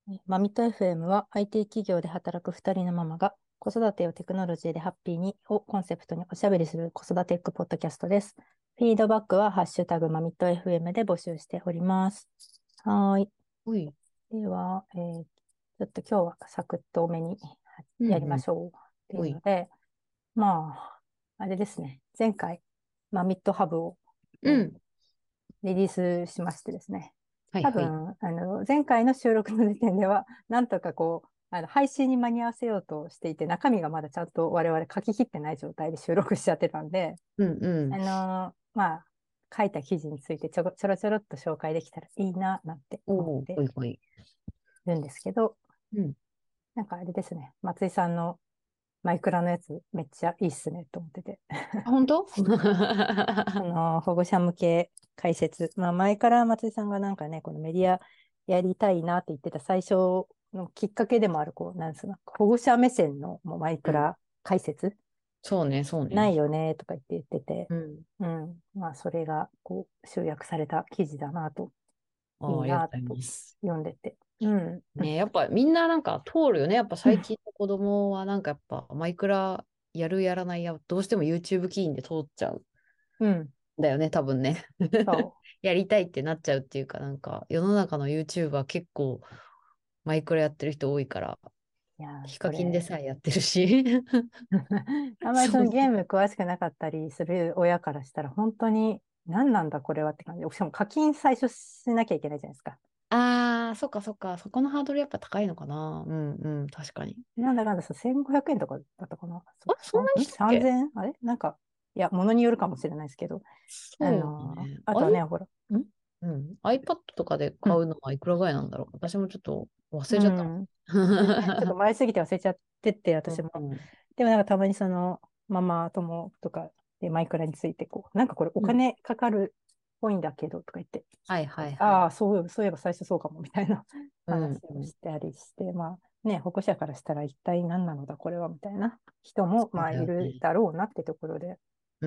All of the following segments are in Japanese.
マミット FM は IT 企業で働く2人のママが子育てをテクノロジーでハッピーにをコンセプトにおしゃべりする子育てックポッドキャストです。フィードバックはハッシュタグマミット FM で募集しております。はい。 おい。 では、ちょっと今日はサクッと多めにやりましょうっていうので、まあ、あれですね。前回、マミットハブを、 うん。 リリースしましてですね。 はいはい。 多分、前回の収録の時点では、なんとか配信に間に合わせようとしていて、中身がまだちゃんと我々書き切ってない状態で収録しちゃってたんで、 うんうん。 まあ、書いた記事についてちょろちょろっと紹介できたらいいな、なんて思っおー、 てほいほい。 るんですけど、 うん。 なんかあれですね、松井さんのマイクラのやつめっちゃいいっすね、と思ってて。 あ、本当？ 保護者向け解説。まあ、前から松井さんがなんかね、このメディアやりたいなって言ってた最初のきっかけでもある、なんですか、保護者目線のもうマイうん。 クラ解説そうね、そうね。 ないよねとか言ってて、 うん。 うん。まあ、それが集約された記事だなと、いいああ、ありがとうございなとます。 読んでて。うん。 ね、やっぱみんななんか通るよね。やっぱ最近の子供はなんかやっぱマイクラやるやらないや、どうしても YouTube 起因で通っちゃう。 うん。 だよね、多分ね。 そやりたいってなっちゃうっていうか、なんか世の中の YouTuber 結構マイクラやってる人多いから、 う。いやー、 ヒカキンでそれ。 さえやってるし。 あんまりそそうそう。 のゲーム詳しくなかったりする親からしたら、本当に何なんだこれはって感じで、しかも課金最初しなきゃいけないじゃないですか。 ああ、そっかそっか。そこのハードルやっぱ高いのかな。うんうん、確かに。 なんだかんだ1500円とかだったかな。 あ、そんなにしたっけ？ 3000円あれなんか、いや、ものによるかもしれないですけど。 そうだね。 あとはね、ほら、 うん。iPad とかでうん。 買うのはいくらぐらいなんだろう。私もちょっと忘れちゃったうん。それね、ちょっとな。 前すぎて忘れちゃってて、私も。 うん。 でもなんかたまにその、ママ友とかでマイクラについてなんかこれおうん。 金かかるっぽいんだけどとか言って、 はいはいはい。 ああ、そういえば最初そうかもみたいなうん。 話をしたりして、まあね、保護者からしたら一体何なのだこれはみたいな人もそうまあいだよね。 るだろうなってところで。 うん。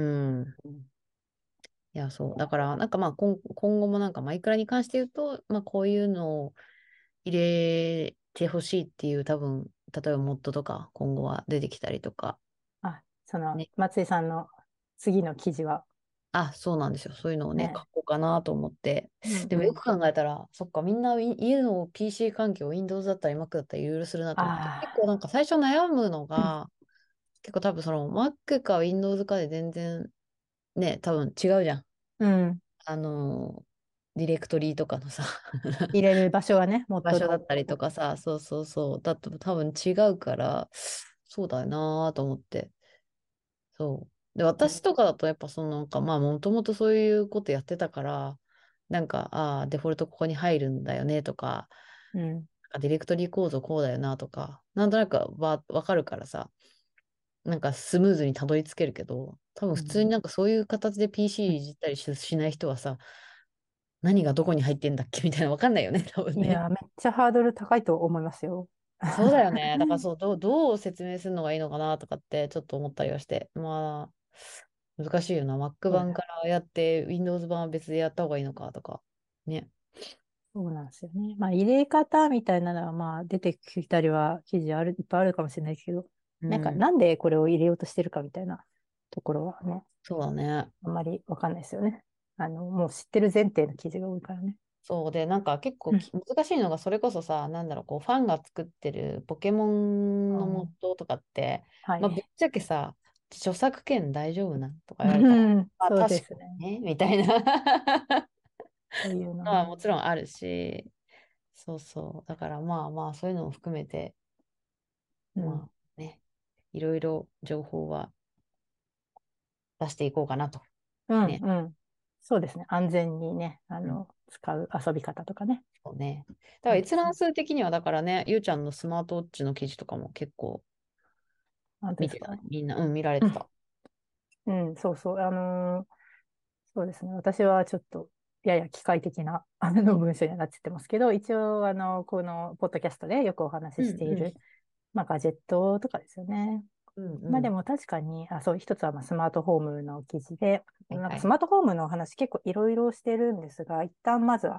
うん、 いや、そう。だから、なんかまあ今後もなんかマイクラに関して言うと、まあこういうのを入れてほしいっていう多分、例えばモッドとか今後は出てきたりとか、 あ、そのね。 松井さんの次の記事はあ、そうなんですよ。そういうのをね、 ね、 書こうかなと思って。 うんうん。 でもよく考えたら、そっか、みんな家の PC 環境、Windows だったり Mac だったりいろいろするなと思って。結構あなんか最初悩むのあ、 が、結構多分その Mac か Windows かで全然ね、多分違うじゃん。 うん。 あの、ディレクトリとかのさ、 入れる場所はね、モッドの。 場所だったりとかさ、そうそうそう、だと多分違うから、そうだよなと思って。そう。で、私とかだとやっぱそのなんかまあもともとそういうことやってたから、なんか、ああ、デフォルトここに入るんだよねとか、 うん。 ディレクトリ構造こうだよなとか、なんとなくわかるからさ、なんかスムーズにたどり着けるけど、多分普通にうん。 なんかそういう形で PC いじったりしない人はさ、何がどこに入ってんだっけみたいなわかんないよね、多分ね。 いや、めっちゃハードル高いと思いますよ。 そうだよね。だからそう、どう説明するのがいいのかなとかってちょっと思ったりはして。まあ、難しいよな。Mac そうだ。 版からやって、Windows 版は別でやった方がいいのかとか。ね。 そうなんですよね。まあ、入れ方みたいなのは、まあ、出てきたりは、記事いっぱいあるかもしれないけど、なんか、 うん。 なんでこれを入れようとしてるかみたいなところはね、 そうだね。 あんまりわかんないですよね。もう知ってる前提の記事が多いからね。 そうで、なんか結構うん。 難しいのが、それこそさ、なんだろう、こう、ファンが作ってるポケモンのモッあー、 ドとかって、まあ、ぶっはい。 ちゃけさ、著作権大丈夫なとか言われたら、 うん、 まあ、 そうで確かすね。 にね、みたいなそういうののはね。 もちろんあるし、そうそう。だからまあまあ、そういうのも含めて、 うん。 まあね、いろいろ情報は出していこうかなと。 うん、 ね。 うん。そうですね。安全にね、 うん。 使う遊び方とかね。 そうね。だから大切。 閲覧数的には、だからね、ゆうちゃんのスマートウォッチの記事とかも結構見てたね。 本当ですか？ みんな、うん、見られうん、 てた。 うん、そうそう。そうですね。私はちょっと、やや機械的な、文章にはなっちゃってますけど、一応、この、ポッドキャストでよくお話うんうん。 ししている、まあ、ガジェットとかですよね。 うんうん。 まあでも確かに、そう、一つはまあスマートフォームの記事で、なんかスはいはい。 マートフォームのお話結構いろいろしてるんですが、一旦まずは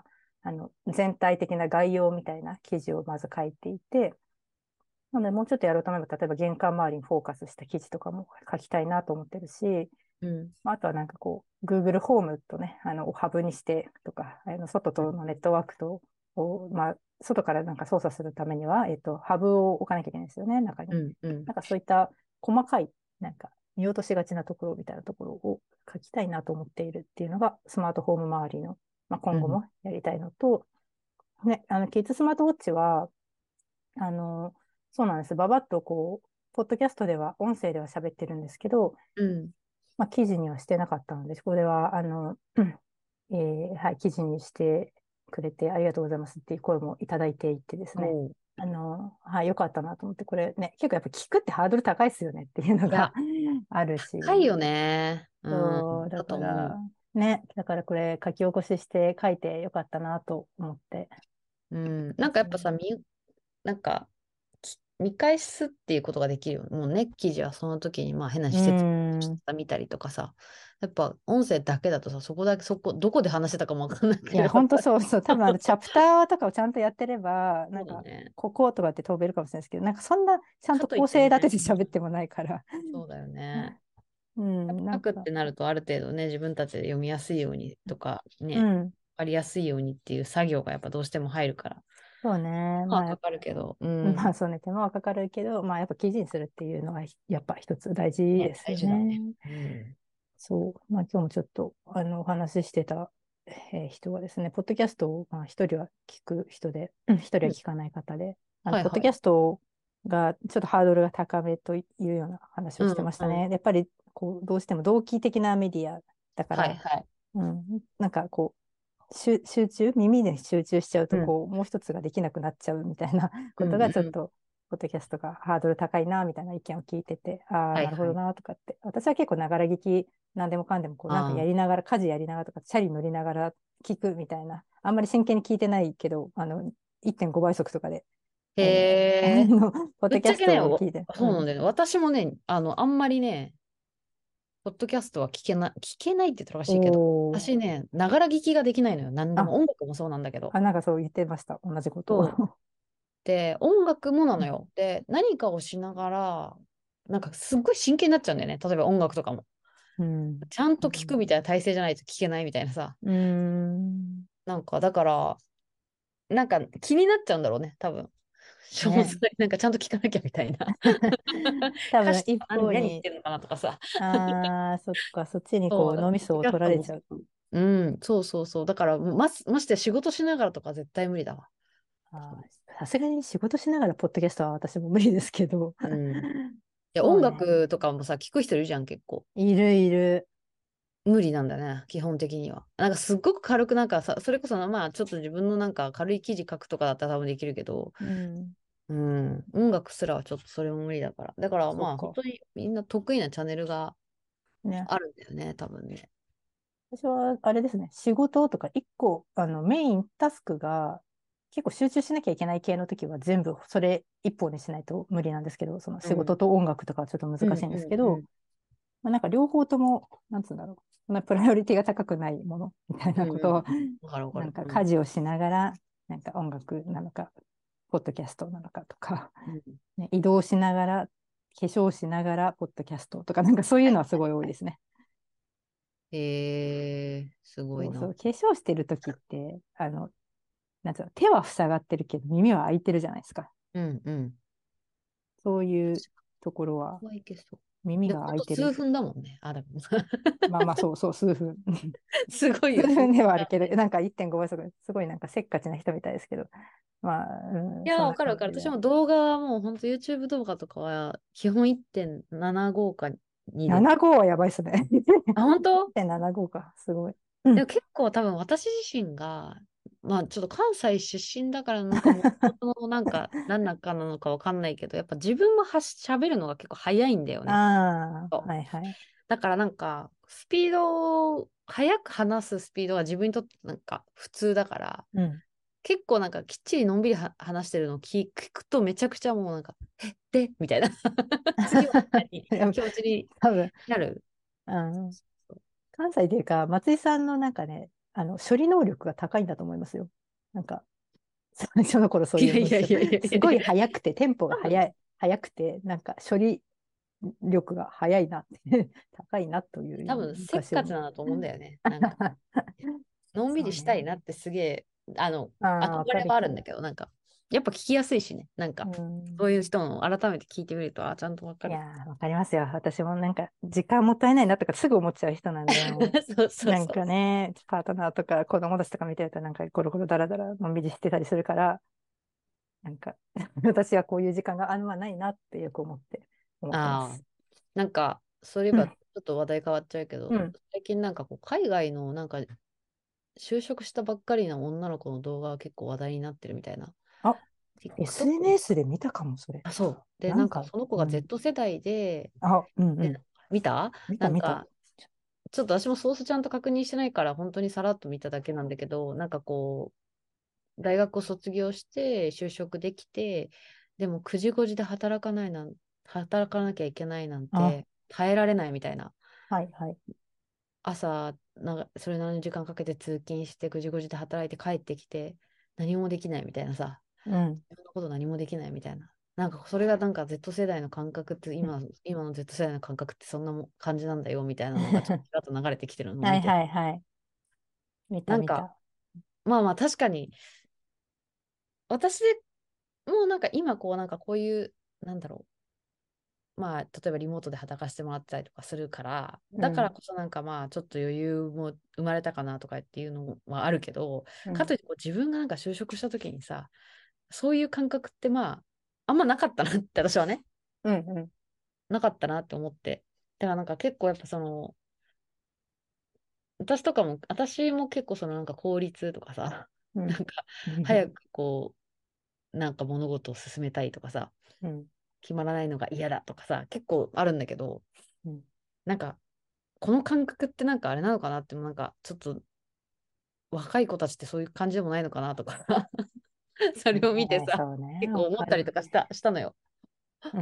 全体的な概要みたいな記事をまず書いていて、なので、もうちょっとやろうと思えば、例えば玄関周りにフォーカスした記事とかも書きたいなと思ってるし、 うん。 あとはなんかこう、Google ホームとね、をハブにしてとか、外とのネットワークと、まあ、外からなんか操作するためには、ハブを置かなきゃいけないんですよね、中に。 うん。うん。 なんかそういった細かい、なんか見落としがちなところみたいなところを書きたいなと思っているっていうのが、スマートフォーム周りの、まあ、今後もやりたいのと、ね、キッズスマートウォッチは、あの、そうなんです。ばばっとこう、ポッドキャストでは、音声では喋ってるんですけど、 うん。 まあ、記事にはしてなかったので、これは、はい、記事にしてくれてありがとうございますっていう声もいただいていてですね、 そう。 はい、よかったなと思って、これね、結構やっぱ聞くってハードル高いですよねっていうのいや、 があるし、 高いよね。うん。 そう、だだと思う。 から、ね、だからこれ書き起こしして書いてよかったなと思ってうん。 ますね。 なんかやっぱさ、なんか、見返すっていうことができるよ。もうね、記事はその時にまあ変なう施設ん。 見たりとかさ、やっぱ音声だけだとさ、そこだけ、どこで話してたかもわかんないいや、 けど、 本当そうそう。多分チャプターとかをちゃんとやってれば、なんか、 そうだね。 こことかって飛べるかもしれないですけど、なんかそんな、ちゃんかと構成といってね、 立てて喋ってもないから。 そうだよね。 うん、な書くっんか、 てなると、ある程度ね、自分たちで読みやすいようにとか、ね、 うん、 わかりやすいようにっていう作業がやっぱどうしても入るから、 そうね。まあ、 まあかかるけど、うまあ、 ん。 そうね、手間はかかるけど、まあ、やっぱ記事にするっていうのは、やっぱ一つ大事ね、 ですよ大事だね。 ね。 うん。 そう。まあ、今日もちょっと、お話ししてた、人はですね、ポッドキャストを、まあ、一人は聞く人で、一人は聞かない方で、ポッドキャはいはい。 ストがちょっとハードルが高めというような話をしてうんうん。 ましたね。やっぱり、こう、どうしても同期的なメディアだから、 はいはい。 うん、なんかこう、集中、耳で集中しちゃうと、 うん。 こう、もう一つができなくなっちゃうみたいなことうんうん。 がちょっと、ポッドキャストがハードル高いな、みたいな意見を聞いてて、ああ、なるほどはいはい。 な、とかって。私は結構ながら聞き、何でもかんでも、こう、なんかああ。 やりながら、家事やりながらとか、チャリ乗りながら聞くみたいな、あんまり真剣に聞いてないけど、1.5倍速とかで、 へえ。 ポッドキャスぶっちゃけね、 トを聞いて、うん。 そうなんだよね。私もね、あんまりね、ポッドキャストは聞けないって言ったらおかしいけど、 おー、 私ね、ながら聞きができないのよ。何でも。 あ、 音楽もそうなんだけど。 なんかそう言ってました。同じことを。 そう。で、音楽もなのよ。で、何かをしながら、なんかすっごい真剣になっちゃうんだよね。例えば音楽とかも。 うん。 ちゃんと聞くみたいな体勢じゃないと聞けないみたいなさ。 うん。 なんか、だから、なんか気になっちゃうんだろうね、多分。詳細、 ね。 なんかちゃんと聞かなきゃみたいな。 多分一歌詞とか何言っ方に、 てるのかなとかさ。 ああ、そっか、そっちにそう、 こうだからポッド脳みそを取キャストも、 られちゃう。 うん、そうそうそう。だから、まして仕事しながらとか絶対無理だわ。 さすがに仕事しながらポッドキャストは私も無理ですけど。 うん。で、音そうね。 楽とかもさ、聞く人いるじゃん、結構。 いるいる。 無理なんだね、基本的には。なんかすっごく軽くなんかさ、それこそまあちょっと自分のなんか軽い記事書くとかだったら多分できるけど、 うん。 うん、音楽すらはちょっとそれも無理だから。だからそっか。 まあ本当にみんな得意なチャンネルがね。 あるんだよね、多分ね。 私は、あれですね、仕事とか一個、メインタスクが結構集中しなきゃいけない系の時は全部それ一本にしないと無理なんですけど、その仕事うん。 と音楽とかはちょっとうん難しいんですけど、 うんまあ、なんか両方とも、なんつうんだろう、そんなプライオリティが高くないものみたいうん。うんうんなことを、 うん。わかるわかる。 なんかうん。 家事をしながら、なんか音楽なのか、ポッドキャストなのかとか、 うん。 ね、移動しながら、化粧しながら、ポッドキャストとか、なんかそういうのはすごい多いですね。 すごいな。 そうそう、化粧してる時って、なんつうの、手は塞がってるけど耳は開いてるじゃないですか。 うんうん。 そういうところははいけそう。でも、 耳がほんと数開いてる。 分だもんね。あ、でもまあまあ、そうそう、数分。 すごいよ。 数分ではあるけど、なんか1.5倍速、すごいなんかせっかちな人みたいですけど、まあ、 いや、 そんなわかるわかる。 感じで。 私も動画はもうほんと YouTube 動画とかは基本1.75か2で。 75はやばいっすね。 あ、本当？ 1.75か、すごい。うん。 でも結構多分私自身が、まあちょっと関西出身だからなんかもう、なんか何なんかなのかわかんないけど、やっぱ自分も喋るのが結構早いんだよね。 ああ、 そうはいはい。 だからなんか、スピード、早く話すスピードが自分にとってなんか普通だから、 うん。 結構なんかきっちりのんびり話してるのを聞くとめちゃくちゃもうなんか、みたいな。次は何気持ちに多分、 なる。 うん、関西というか、松井さんのなんかね、処理能力が高いんだと思いますよ。 なんか、最初の頃そういやいいうのですよ。 やいやいやすごいいやいや。 速くて、テンポが多分、 速くて、なんか処理力が速いなって高いなという多分、せっ昔を。 かちなんだと思うんだよね。なんか、のんびりしたそうね。 いなってすげえ、 ああ、わ憧れかる気も。 はあるんだけど、なんか、やっぱ聞きやすいしね。なんか、 うん。 そういう人の改めて聞いてみると、あ、ちゃんとわかる。 いやー、わかりますよ。私もなんか、時間もったいないなとかすぐ思っちゃう人なんで、 そうそうなんそう。 かね、パートナーとか子供たちとか見てるとなんかゴロゴロダラダラのんびりしてたりするから、なんか私はこういう時間があんまないなってよく思ってまああ、 す。 なんか、そういえば、ちうん。 ょっと話題変わっちゃうけど、 うん。 最近なんかこう、海外のなんか、就職したばっかりの女の子の動画が結構話題になってるみたいな。 あ、 TikTok？ SNS で見たかも、それ。 あ、そう。で、なんかなんか、 その子がうん。 Z 世代で、 あ、うんうで、 ん。 見た見た見た。 なんか、ちょっと私もソースちゃんと確認してないから、本当にさらっと見ただけなんだけど、なんかこう、大学を卒業して就職できて、でも9時5時で働かなきゃいけないなんあ、 て耐えられないみたいな。 はいはい。 朝、それなりの時間かけて通勤して9時5時で働いて帰ってきて、何もできないみたいなさ、 うん。 自分のこと何もできないみたいな。なんかそれがなんか Z 世代の感覚って、 うん今の Z 世代の感覚ってそんな感じなんだよみたいなのがちょっとちらっと流れてきてるのをはい見て。 はいはい。見たなんか、 見た。 まあまあ確かに、私もなんか今こうなんかこういう、なんだろまあ、例えばリモートで働かせてもらってたりとかするから、 うん。 だからこそなんかまあ、ちょっと余裕も生まれたかなとかっていうのはあるけど、 うん。 かといってこう自分がなんか就職した時にさ、そういう感覚ってまあ、あんまなかったなって私はね、 うんうん。 なかったなって思って。だからなんか結構やっぱその、私も結構そのなんか効率とかさ、 うなんかん。 早くこなんか物事を進めたいとかさ、 うん。 決まらないのが嫌だとかさ、結構あるんだけど、 うん。 なんかこの感覚ってなんかあれなのかなって、なんかちょっと若い子たちってそういう感じでもないのかなとかそれを見てね、 さ、 そうね。 結構思ったりわかる。 とかしたのよ。 うん。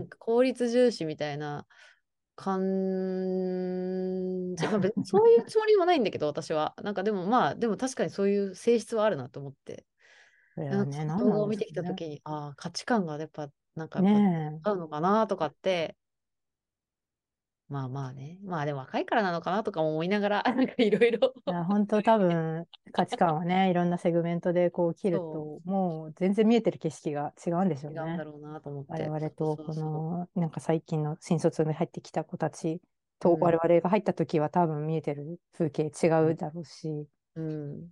なんか効率重視みたいな感じ。まあ別にそういうつもりもないんだけど、私は。なんかでもまあ、でも確かにそういう性質はあるなと思って。なんかそそれはね、 の動画何なんでを見てきたとすかね。 きに、ああ、価値観がやっぱ、なんかやっぱね合うのかなとかって、まあまあね。まあでも若いからなのかなとかも思いながら、なんかいろいろえ。いや、本当多分価値観はね、いろんなセグメントでこう切るそと、もう全然見えてる景色が違うんでしょう、 うね。 違うんだろうなと思っ我て。そう 々と、こそうその、なんか最近の新卒に入ってきた子たちう。うと我ん。 々が入った時は多分見えてる風景違うん。 うだろうし、 うん。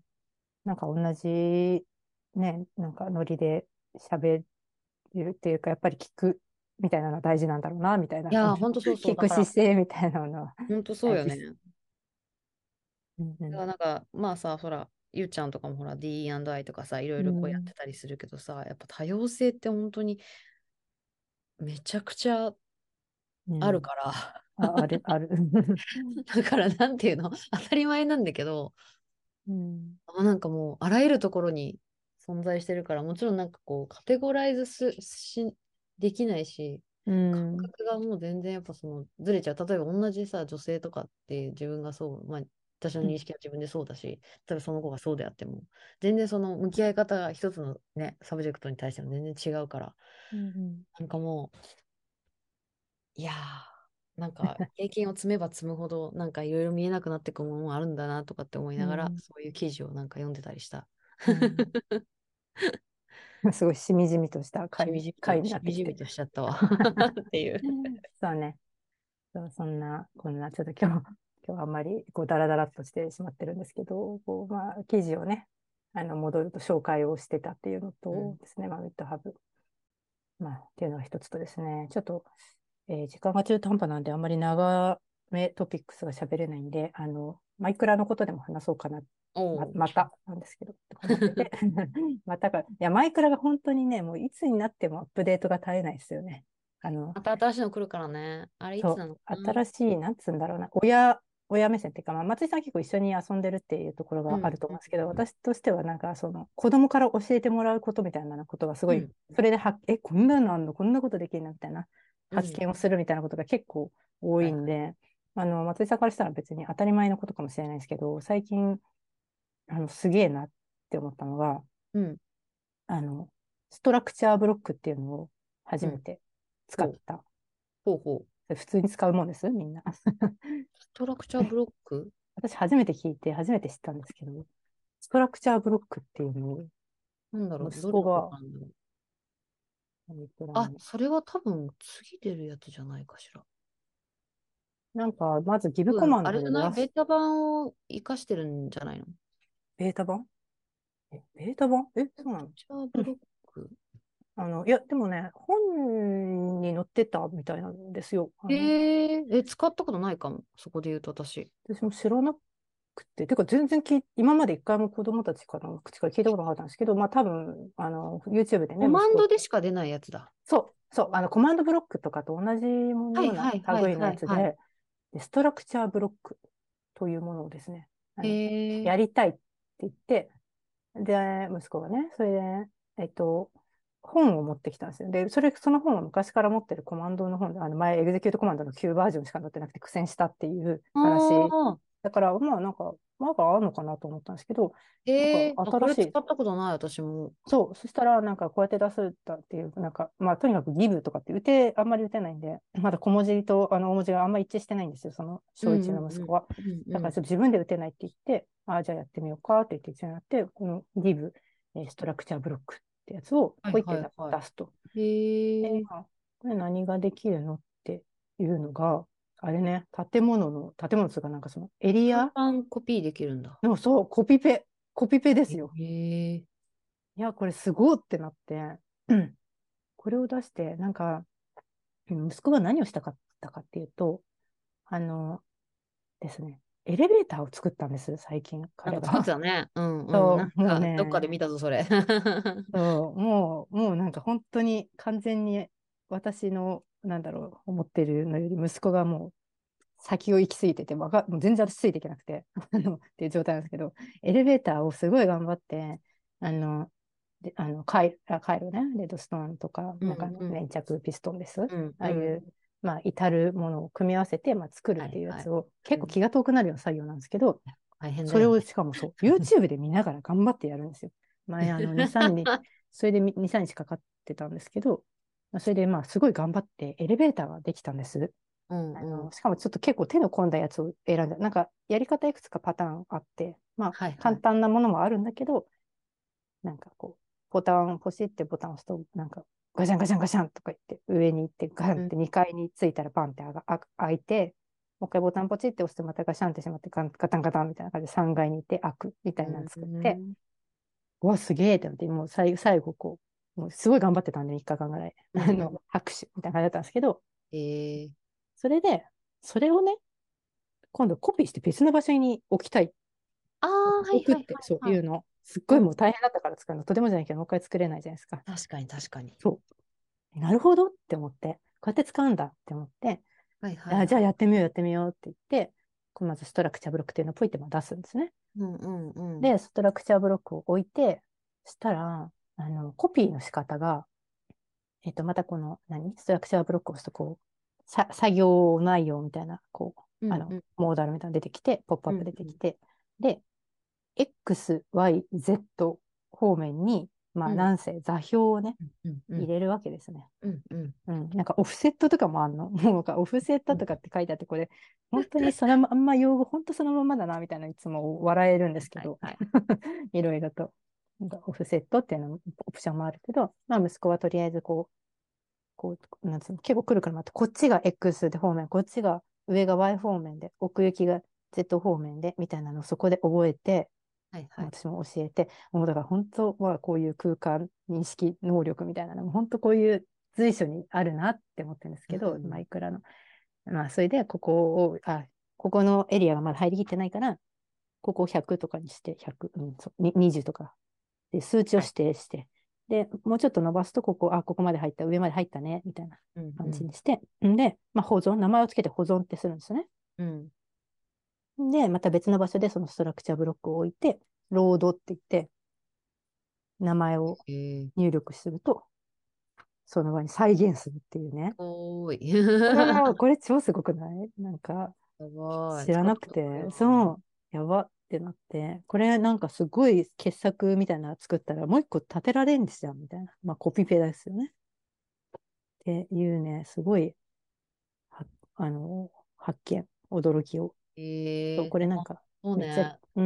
なんか同じね、なんかノリで喋るっていうか、やっぱり聞くみたいなのは大事なんだろうな、みたいな、 いやー、ほんとそうそう。 聞くだから、 姿勢みたいなのはほんとそうよね。 大事です。うんうだかん。 らなんか、まあさ、ほら、ゆうちゃんとかもほら、D&I とかさ、いろいろこうやっうん。 てたりするけどさ、やっぱ多様性って本当にめちゃくちゃあるうん。 から、 あ、ある、ある。 だからなんていうの、当たり前なんだけど、 うん。 なんかもう、あらゆるところに存在してるから、もちろんなんかこう、カテゴライズできないし、 う感ん。 覚がもう全然やっぱその、ずれちゃう。例えば同じさ、女性とかって自分がそう、まあ、私の認識は自分でそうだし、例えばその子がそうであっても、全然その向き合い方が一つのね、サブジェクトに対しても全然違うから、 うん。 なんかもう、いやなんか経験を積めば積むほど、なんかいろいろ見えなくなっていくものもあるんだなとかって思いながら、 うん。 そういう記事をなんか読んでたりした。 うん。すごいしみじみとした回になしみじみってきて。 としちゃったわっていう。 そうね。そう、そんな、こんな、ちょっと今日あんまりこうダラダラっとしてしまってるんですけど、こう、まあ、記事をね、戻ると紹介をしてたっていうのうん。 とですね、まあ、GitHub、まあ、っていうのが一つとですね、ちょっと、時間が中途半端なんで、あんまり長めトピックスが喋れないんで、マイクラのことでも話そうかな、 おう。 またなんですけど、とか思ってて、またか、いや、マイクラが本当にね、もういつになってもアップデートが絶えないですよね。 また新しいの来るからね。あれいつそう、 なのかな。 新しい、なんつうんだろうな、親目線っていうか、まあ、松井さんは結構一緒に遊んでるっていうところがあうん、うん、 ると思うんですけど、私としてはなんか、その、子供から教えてもらうことみたいなことがすごい、 うん、 それでこんなのあんの、こんなことできるのみたいなうん。 発見をするみたいなことが結構多はいはい。 いんで、松井さんからしたら別に当たり前のことかもしれないですけど、最近、すげえな。 って思ったのが、 うん。 あの、ストラクチャーブロックっていうのを初うん。 めて使ほう。 った。 ほうほう。 それ普通に使うもんです、みんな。 ストラクチャーブロック。 私初めて聞いて、初めて知ったんですけど、ストラクチャーブロックっていうのを、 なんだろう。どれのこと息子が、 なんだろう。あ、 プランそれは多分次出るやつじゃないかしら。 なんか、まずギブコうん。 マンあれじゃないドを出す。 ベータ版を活かしてるんじゃないの？ ベータ版ベータ版ストラクそうなの？ チャーブロッうん。 ク。 いや、でもね、本に載ってたみたいなんですよ。 使ったことないかも。そこで言うと私。 私も知らなくて、てか全然今まで一回も子供たちからの口から聞いたことなかったんですけど、まあ多分、YouTube でね、 コマン息子、 ドでしか出ないやつだ。 そう、コマンドブロックとかと同じものはいようなはいはい類のはいはい。 やつで、ストラクチャーブロックというものをですね、 へえ。 やりたいって言って、で、息子がね、それで、えっと、本を持ってきたんですよ。で、その本は昔から持ってるコマンドの本で、前、エグゼキュートコマンドの旧バージョンしか載ってなくて苦戦したっていうあ話。 あ。 だから、まあ、なんかあるのかなと思ったんですけど、なんかこ新しい、 れ使ったことない、私も。 そう、そしたら、なんかこうやって出すんだっていう、なんか、まあ、とにかくギブとかってあんまり打てないんで、まだ小文字と大文字があんまり一致してないんですよ、その小一うんうんの息子は。 うんうんうん。 だからちょっと自分で打てないって言って、じゃあやってみようかって言って一緒になって、このギブ、ストラクチャーブロックってやつをはいポイってはいは出すと。 い。 で、 へえ。 まあこれ何ができるのっていうのが、あれね、建物というかなんかそのエリ空ア間コピーできるんだ。 の、そう、コピペですよ。 へえ。 いや、これすごいってなって、これを出して、なんか、息子が何をしたかったかっていうと、あのですね、エレベーターを作ったんです、最近、 なんか作って彼が。 たね。うんうん。なんそう、もうか、どっかでね、 見たぞ、それ。 そう、もうなんか本当に完全に私の、なんだろう、思ってるのより息子がもう先を行き過ぎてて、もう全然私ついていけなくて、っていう状態なんですけど、エレベーターをすごい頑張って、あの、回路ね、レッドストーンとか、 うんなんかうん粘着ピストンです。 うんうん。 ああいう、まあ、至るものを組み合わせて、まあ、作るってはいはい。 いうやつを、結構うん、 気が遠くなるような作業なんですけど、 大変だそれをよね。 しかもそう、YouTube で見ながら頑張ってやるんですよ。前、2、3日、それで2、3日かかってたんですけど、それでまあ、すごい頑張ってエレベーターができたんです。 うんうん。 しかもちょっと結構手の込んだやつを選んだ。なんか、やり方いくつかパターンあって、まあ、簡はいはい。 単なものもあるんだけど、なんかこう、ポチってボタンを押すと、なんか、ガシャンガシャンガシャンとか言って、上に行って、ガンうんって2階に着いたらパンって開いて、もう一回ボタンポチって押すとまたガシャンってしまって、ガタンガタンみたいな感じで3階に行って開くみたいなの作って、 うんうわ、すげえってなって、もう最後こう、もうすごい頑張ってたんで、3日間ぐらい。 うんうん。 拍手みたいな感じだったんですけど、 えー、 それで、それをね、今度コピーして別の場所に置きたい。 ああ、はいはい置くって、そうはいはい。 いうの。すっごうん。 いもう大変だったから作るの。とてもじゃないけど、もう一回作れないじゃないですか。 確かに確かに。 そう。なるほどって思って、こうやって使うんだって思って、 はいはいはい。 じゃあやってみよう、やってみようって言って、まずストラクチャーブロックっていうのをポイって出すんですね。 うんうんうん。 で、ストラクチャーブロックを置いて、したら、コピーの仕方が、またこの、ストラクチャーブロックを押すと、こう、作業内容みたいな、こう、 うんうんモーダルみたいなの出てきて、ポップアップ出てうんうんきて、で、X、Y、Z 方面に、まあ、 うんなんせ座標をね、 うんうん入れるわけですね。 うんうんうん。なんかオフセットとかもあんの。もうなんかオフセットとかって書いてあって、これ、本当にあんま用語、本当そのままだな、みたいな、いつも笑えるんですけど、 はいはい。 いろいろと。なんかオフセットっていうのも、オプションもあるけど、まあ、息子はとりあえずなんつうの、結構くるくる回って、こっちが X で方面、こっちが上が Y 方面で、奥行きが Z 方面で、みたいなのをそこで覚えて、 はいはい。 私も教えて、もうだから本当はこういう空間認識能力みたいなのも本当こういう随所にあるなって思ってるんですけど、マうん。 イクラの。まあ、それでここのエリアがまだ入りきってないから、ここを100とかにして、100、20とかで数値をはい。 指定して、で、もうちょっと伸ばすと、ここまで入った、上まで入ったね、みたいなうんうん感じにして、で、まあ、名前をつけて保存ってするんですよね。 うんで、また別の場所でそのストラクチャーブロックを置いて、ロードって言って、名前をえー、 入力すると、その場に再現するっていうね。 おーい。 これ超すごくない？なんか、 やばい。 知ら使っなくて、 たことないな。 そう、やば。 ってなって、これなんかすごい傑作みたいなの作ったらもう一個建てられんですよ、みたいな。まあコピペですよね。っていうね、すごい、は、発見、驚きを。そう、これなんか、めっちゃ、 そうね。 うん、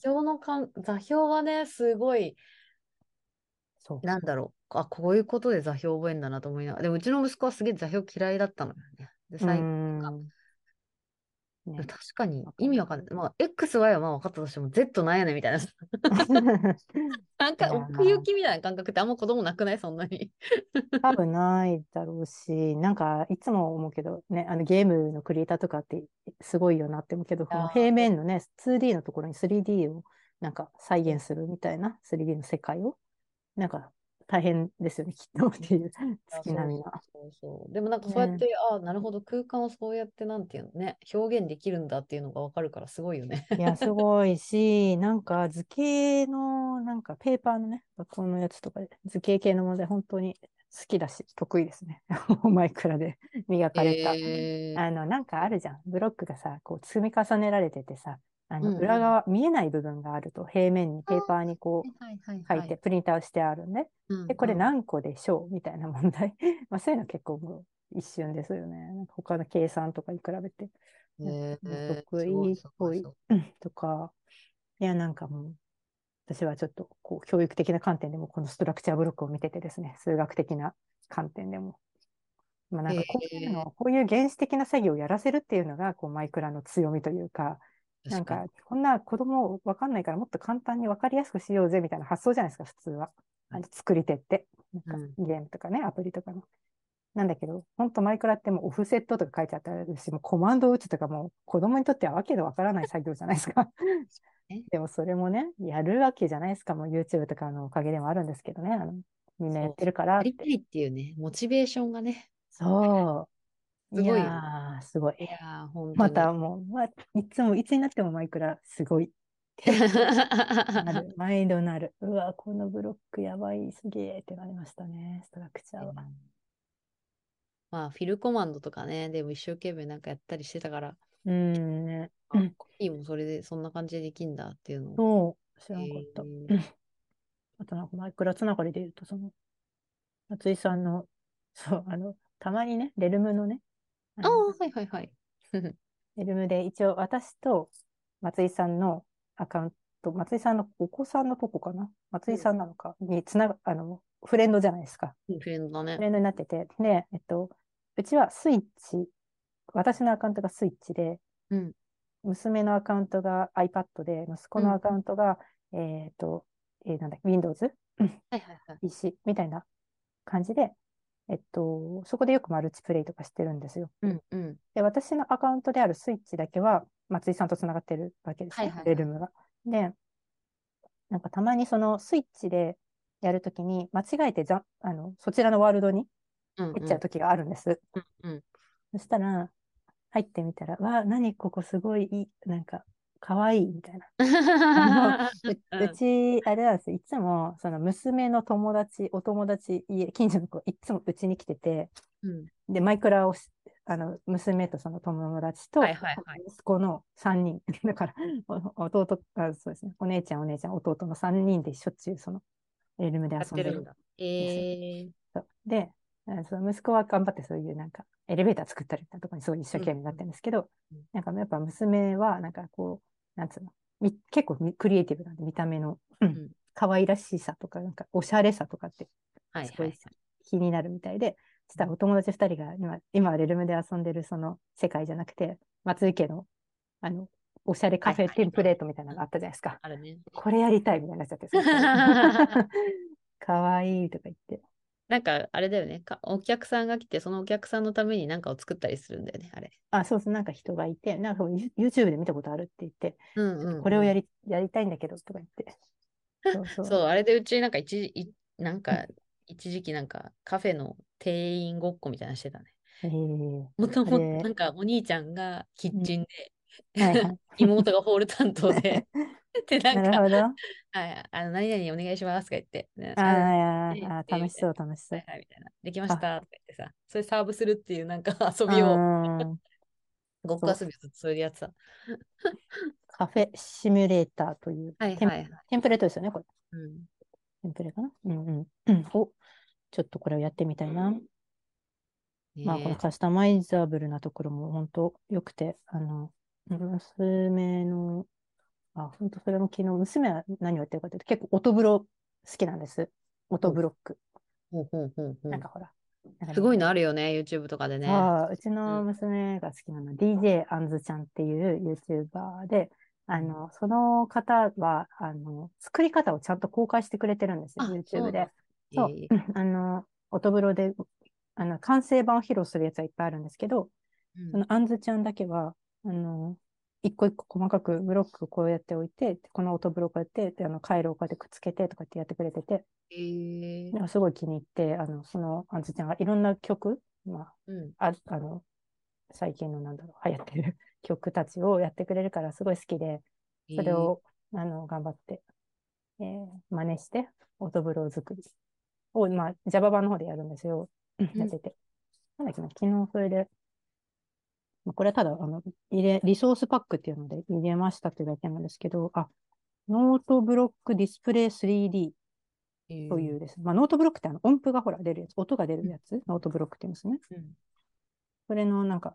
座標はね、すごい、 そなんだろう。あ、こういうことで座標覚えんだなと思いながら。でも、うちの息子はすげえ座標嫌いだったのよね。で、 う。う最近か、 ん、ね、 確かにわかる。 意味わかんない。まあ、X、Y はまあ分かったとしても、Z なんやねんみたいな。なんか、 いや奥行ー、 きみたいな感覚ってあんま子供なくないそんなに。 多分ないだろうし、なんかいつも思うけどね、ゲームのクリエイターとかってすごいよなって思うけど、この平あーそう面のね、2D のところに 3D をなんか再そう現するみたいな、3D の世界を、なんか大変ですよね、きっとっていう月そうそう並みな。 そうそう。でもなんかそうやっね。 て、ああ、なるほど、空間をそうやってなんていうのね、表現できるんだっていうのがわかるからすごいよね。 いや、すごいし、なんか図形の、なんかペーパーのね、学校のやつとかで、図形系の問題、本当に好きだし、得意ですね。マイクラで磨かれた。 えなんかあるじゃん。ブロックがさ、こう積み重ねられててさ、 うんうん。 裏側、見えない部分があると、平面に、 ああ、 ペーパーにこう、 はいはい書いて、 はいはい。 プリントアウトしてあるんで、で、これうんうん。 何個でしょうみたいな問題。まあそういうの結構もう一瞬ですよね。なんか他の計算とかに比べて。もう得すごい意っぽいすごいすごい。 とか、いや、なんかもう、私はちょっと、こう、教育的な観点でも、このストラクチャーブロックを見ててですね、数学的な観点でも、まあなんかこういうえの、こういう原始的な作業をやらせるっていうのが、こう、マイクラの強みというか、なん確かに。 か、こんな子供わかんないからもっと簡単にわかりやすくしようぜみたいな発想じゃないですか、普通は。作り手って。なんか、 うん。 ゲームとかね、アプリとかの。なんだけど、本当マイクラってもうオフセットとか書いてあったりし、もうコマンドを打つとかもう子供にとってはわけのわからない作業じゃないですか。 え、 でもそれもね、やるわけじゃないですか。もう YouTube とかのおかげでもあるんですけどね。みんなやそう。 ってるからって。 やりたいっていうね、モチベーションがね、 そう。いすごいよね。 やー、すごい。 いやー、本当まに。 たもう、いつも、いつになってもマイクラ、すごいってなる。毎度なる。うわ、このブロックやばい、すげえってなりましたね。ストラクチャーは。 まあ、フィルコマンドとかね、でも一生懸命なんかやったりしてたから、 うーんね。うあ、 ん、 コピーもそれで、そんな感じでできんだっていうのを。 そう、知えらんかった。 ー、 うんあとなんかマイクラつながりで言うと、松井さんの、そう、たまにね、レルムのね、あの、 ああ、はいはいはい。 レルムで一応私と松井さんのアカウント、松井さんのお子さんのとこかな松井うん、 さんなのかにつなが、フレンドじゃないですか。 フレンドだね。 フレンドになってて、で、うちはスイッチ、私のアカウントがスイッチで、 うん、 娘のアカウントが iPad で、息子うん。 のアカウントが、えっと、なんだ、Windows はいはいはい。 PC みたいな感じで、そこでよくマルチプレイとかしてるんですよ。 うん、うん。 で、私のアカウントであるスイッチだけは、松井さんとつながってるわけですね、 はいはいはい。 レルムが。で、なんかたまにそのスイッチでやるときに、間違えてそちらのワールドにうん、 入っうん、 ちゃうときがあるんです。 うん。 そしたら、入ってみたら、わあ、何ここすごいいい、なんか、かわいいみたいな。ううん、 ち、あれなんですよ。いつも、その娘の友達、お友達、近所の子、いつもうちに来てて、 うん。 で、マイクラを娘とその友達はいと、 はいはい。 息子の3人。だから、弟、そうですね。お姉ちゃん、お姉ちゃん、弟の3人でしょっちゅう、エルムでやっ遊んでるんてるんだ。 ですよ。 えー。 そうで、その息子は頑張ってそういうなんか、エレベーター作ったりとかにすごい一生うん、 懸命になってるんですけど、 うん。 なんかやっぱ娘は、なんかこう、なんつうの、結構クリエイティブなんで、見た目の、 うん。 可愛らしさとか、なんかおしゃれさとかって、すごいはいはいはい。 気になるみたいで、そしうん、 たらお友達2人が今はレルムで遊んでるその世界じゃなくて、松井家の、あの、おしゃれカフェはいはい。 テンプレートみたいなうん、 のがあったじゃないですか。 あるね。 これやりたいみたいになっちゃって、その2人。かわいいとか言って。 なんか、あれだよね。お客さんが来て、そのお客さんのために何かを作ったりするんだよね、あれ。 あ、そうそう、なんか人がいて、なんかYouTube で見たことあるって言って、 うんちょっとうんうん。 やりたいんだけど、とか言って。そうそそう、あれでうちなんかなんう。 か、一時期なんかカフェの店員ごっこみたいなのしてたね。もともとあれ、 なんかお兄ちゃんがキッうん、 チンで、 はいはい。 妹がホール担当で、で、なんか、 なるほど。あはい、何々お願いしますとか言って、 あ、楽しそう、 みたいな。 楽しそう。 はいはい、みたいな。できましあ、 たとか言ってさ、それサーブするっていうなんか遊うびを、 ーん、 ごっこそう。 遊びをずっとそれでやってた。 カフェシミュレーターというはいはいはい。 テンプレートですよね、これ。 うん。 テンプレかな、うんうん。うん。ちょっとこれをやってみたいな。まあ、このねカスタマイザブルなところも本当良くて、娘の、本当それも昨日、娘は何をやってるかというと、結構音風呂好きなんです。音ブロック。 ほうほうほうほう。 なんかほら、なんかね、 すごいのあるよね、YouTube とかでね。 そう、うちのうん。 娘が好きなのは DJ あんずちゃんっていう YouTuber で、 うん。 その方は、作り方をちゃんと公開してくれてるんですよ、 あ、そ YouTube うなんで。そえう、音風呂で、完成版を披露するやつはいっぱいあるんですけど、 うん。 そのあんずちゃんだけは、一個一個細かくブロックこうやっておいて、この音ブロックこうやって、で回路をこうやってくっつけてとかってやってくれてて、 えー、 なんかすごい気に入って、そのあんずちゃんがいろんな曲、まうん。 あ、最近の流行ってる曲たちをやってくれるからすごい好きで、 えー、 それを、頑張って、真似して、音ブロー作りを、まあ、Java 版の方でやるんですよ。 うん。 やってて。なんだっけな、昨日それで、これはただ、リソースパックっていうので入れましたっていうだけなんですけど、ノートブロックディスプレイ 3D えー、 というですね、まあ、ノートブロックって音符がほら出るやつ、音が出うん。 るやつ、ノートブロックって言うんですね。 うん。 それのなんか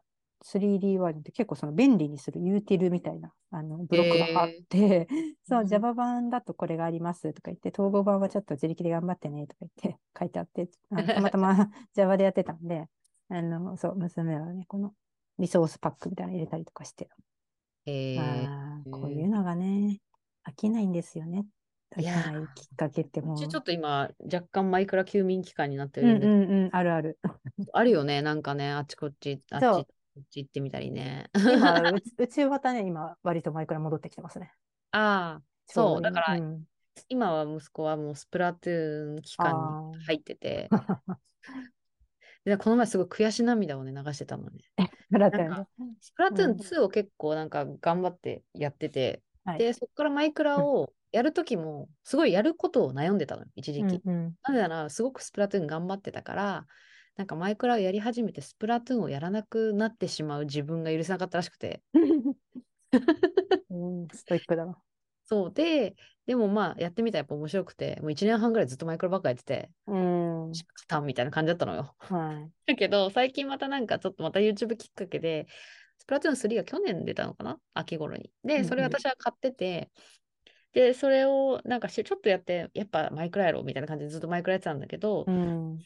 3D ワージョンって結構その便利にするユーティルみたいなブロックがあっえて、そう、 うん。 Java 版だとこれがありますとか言って、統合版はちょっと自力で頑張ってねとか言って書いてあって、たまたま Java でやってたんで、そう、娘はね、このリソースパックみたいなの入れたりとかして、 えこういうー、 のがね、飽きないんですよね。飽きいやないきっかけってー、うちちょもっと今、若干マイクラ休眠期間になってう、うるんで、 んうんうん、あるある。 あるよね、なんかね、あっちこっち、あっち、 そう、 こっち行ってみたりね。 今、うちまたね、今、割とマイクラ戻ってきてますね。 ああ、そう、だかちょうど今。うら、 ん。 今は息子はもうスプラトゥーン期あ間に入ってて、 あ。 で、この前すごい悔し涙をね、流してたのね。 だったよね。 なんか、スプラトゥーンうん。 2を結構なんか頑張ってやってて、 はい。 で、そこからマイクラをやるときも、すごいやることを悩んでたのよ、一時期。 うんうん。 なぜなら、すごくスプラトゥーン頑張ってたから、なんかマイクラをやり始めて、スプラトゥーンをやらなくなってしまう自分が許せなかったらしくて。 うん、ストイックだな。 そうで、でもまあ、やってみたらやっぱ面白くて、もう1年半ぐらいずっとマイクラばっかやってて、 うん。 勝たんみたいな感じだったのよ。 はだけど、最近またなんかちょっとまた YouTube きっかけで、スプラトゥーン3が去年出たのかな秋頃に。 い。 で、それうんうん。 私は買ってて、で、それをなんかちょっとやって、やっぱマイクラやろうみたいな感じでずっとマイクラやってたんだけど、 うん。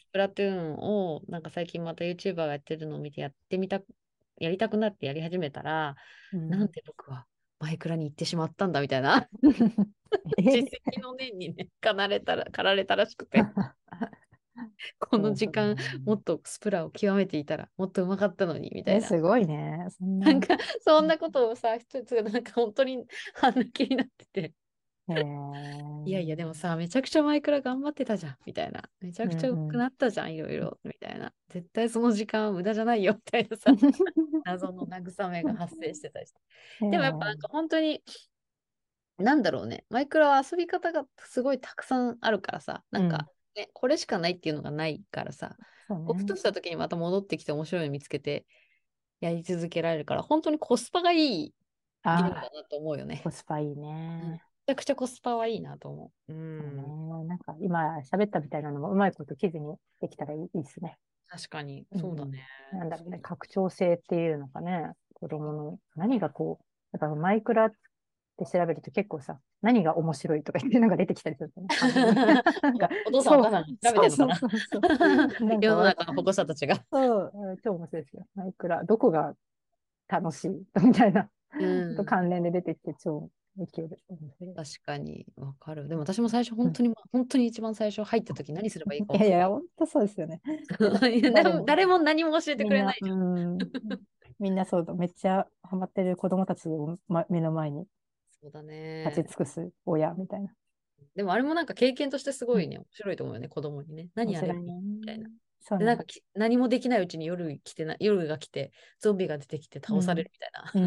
スプラトゥーンをなんか最近また YouTuber がやってるのを見てやりたくなってやり始めたら、 うん。 なんで僕はマイクラに行ってしまったんだみたいなえ実績の念にね、駆られたらしくて、この時間もっとスプラを極めていたらもっと上手かったのにみたいな。 すごいね。そんな。 なんか、そんなことをさ、一つなんか本当に半泣きになってて、 へえ。 いやいや、でもさ、めちゃくちゃ前から頑張ってたじゃん、みたいな。めちゃうくちゃ上手んうん。 くなったじゃん、いろいろ、みたいな。絶対その時間は無駄じゃないよ、みたいなさ、謎の慰めが発生してたりして。 へでもやっぱなんかえ。 本当に、なんだろうね、マイクラは遊び方がすごいたくさんあるからさ、なうん。 んか、ね、これしかないっていうのがないからさ、こうふそうね。 とした時にまた戻ってきて面白いの見つけてやり続けられるから、本当にコスパがいいゲームだああ、 なと思うよコね。 スパいいうん。めね。 ちゃくちゃコスパはいいなと思う。うそうん。 ね。なんか今喋ったみたいなのもうまいこと記事にできたらいいですね。 確かに、そうだね。 うん。なんだろうね。拡張性っていうのかね。子供の、何がこう、やっぱマイクラって調べると結構さ、何が面白いとか言ってのが出てきたりするんですよね。パネルに。なんか、 お父さんおそう、 母さんに調べそうそうてんのかな。 そうそう。なんか世の中の保護者たちが。 そう、超面白いですよ。マイクラ、どこが楽しいみたいな、 うとん。 関連で出てきて超ウケる。面白い。 確かに、わかる。でも私も最初、 うん、 本当に一番最初入った時何すればいいかいやいや、 分かんない。 本当そうですよね。いや、誰も、 誰も何も教えてみんな、 くれないじみんなそうだ。めっちゃハマってる子供たちを、目の前にゃん。そうだね。 立ち尽くす親みたいな。 でもあれもなんか経験としてすうん、 ごいね、面白いと思うよね、子供にね。何やればいい面白いね。 みたいな。で、なんそうね。 か何もできないうちに夜が来て、ゾンビが出てきて倒されうん。 るみたいうん。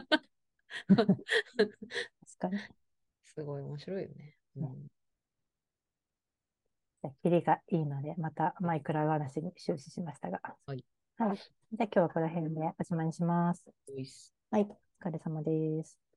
な。 確かに。 すごい面白いよね。うね、 ん。 じゃあ、キリがいいので、またマイクラ話に終始しましたが。 はい。 はい。じゃあ今日はこの辺でおしまいにします。 おいっすはい。お疲れ様です。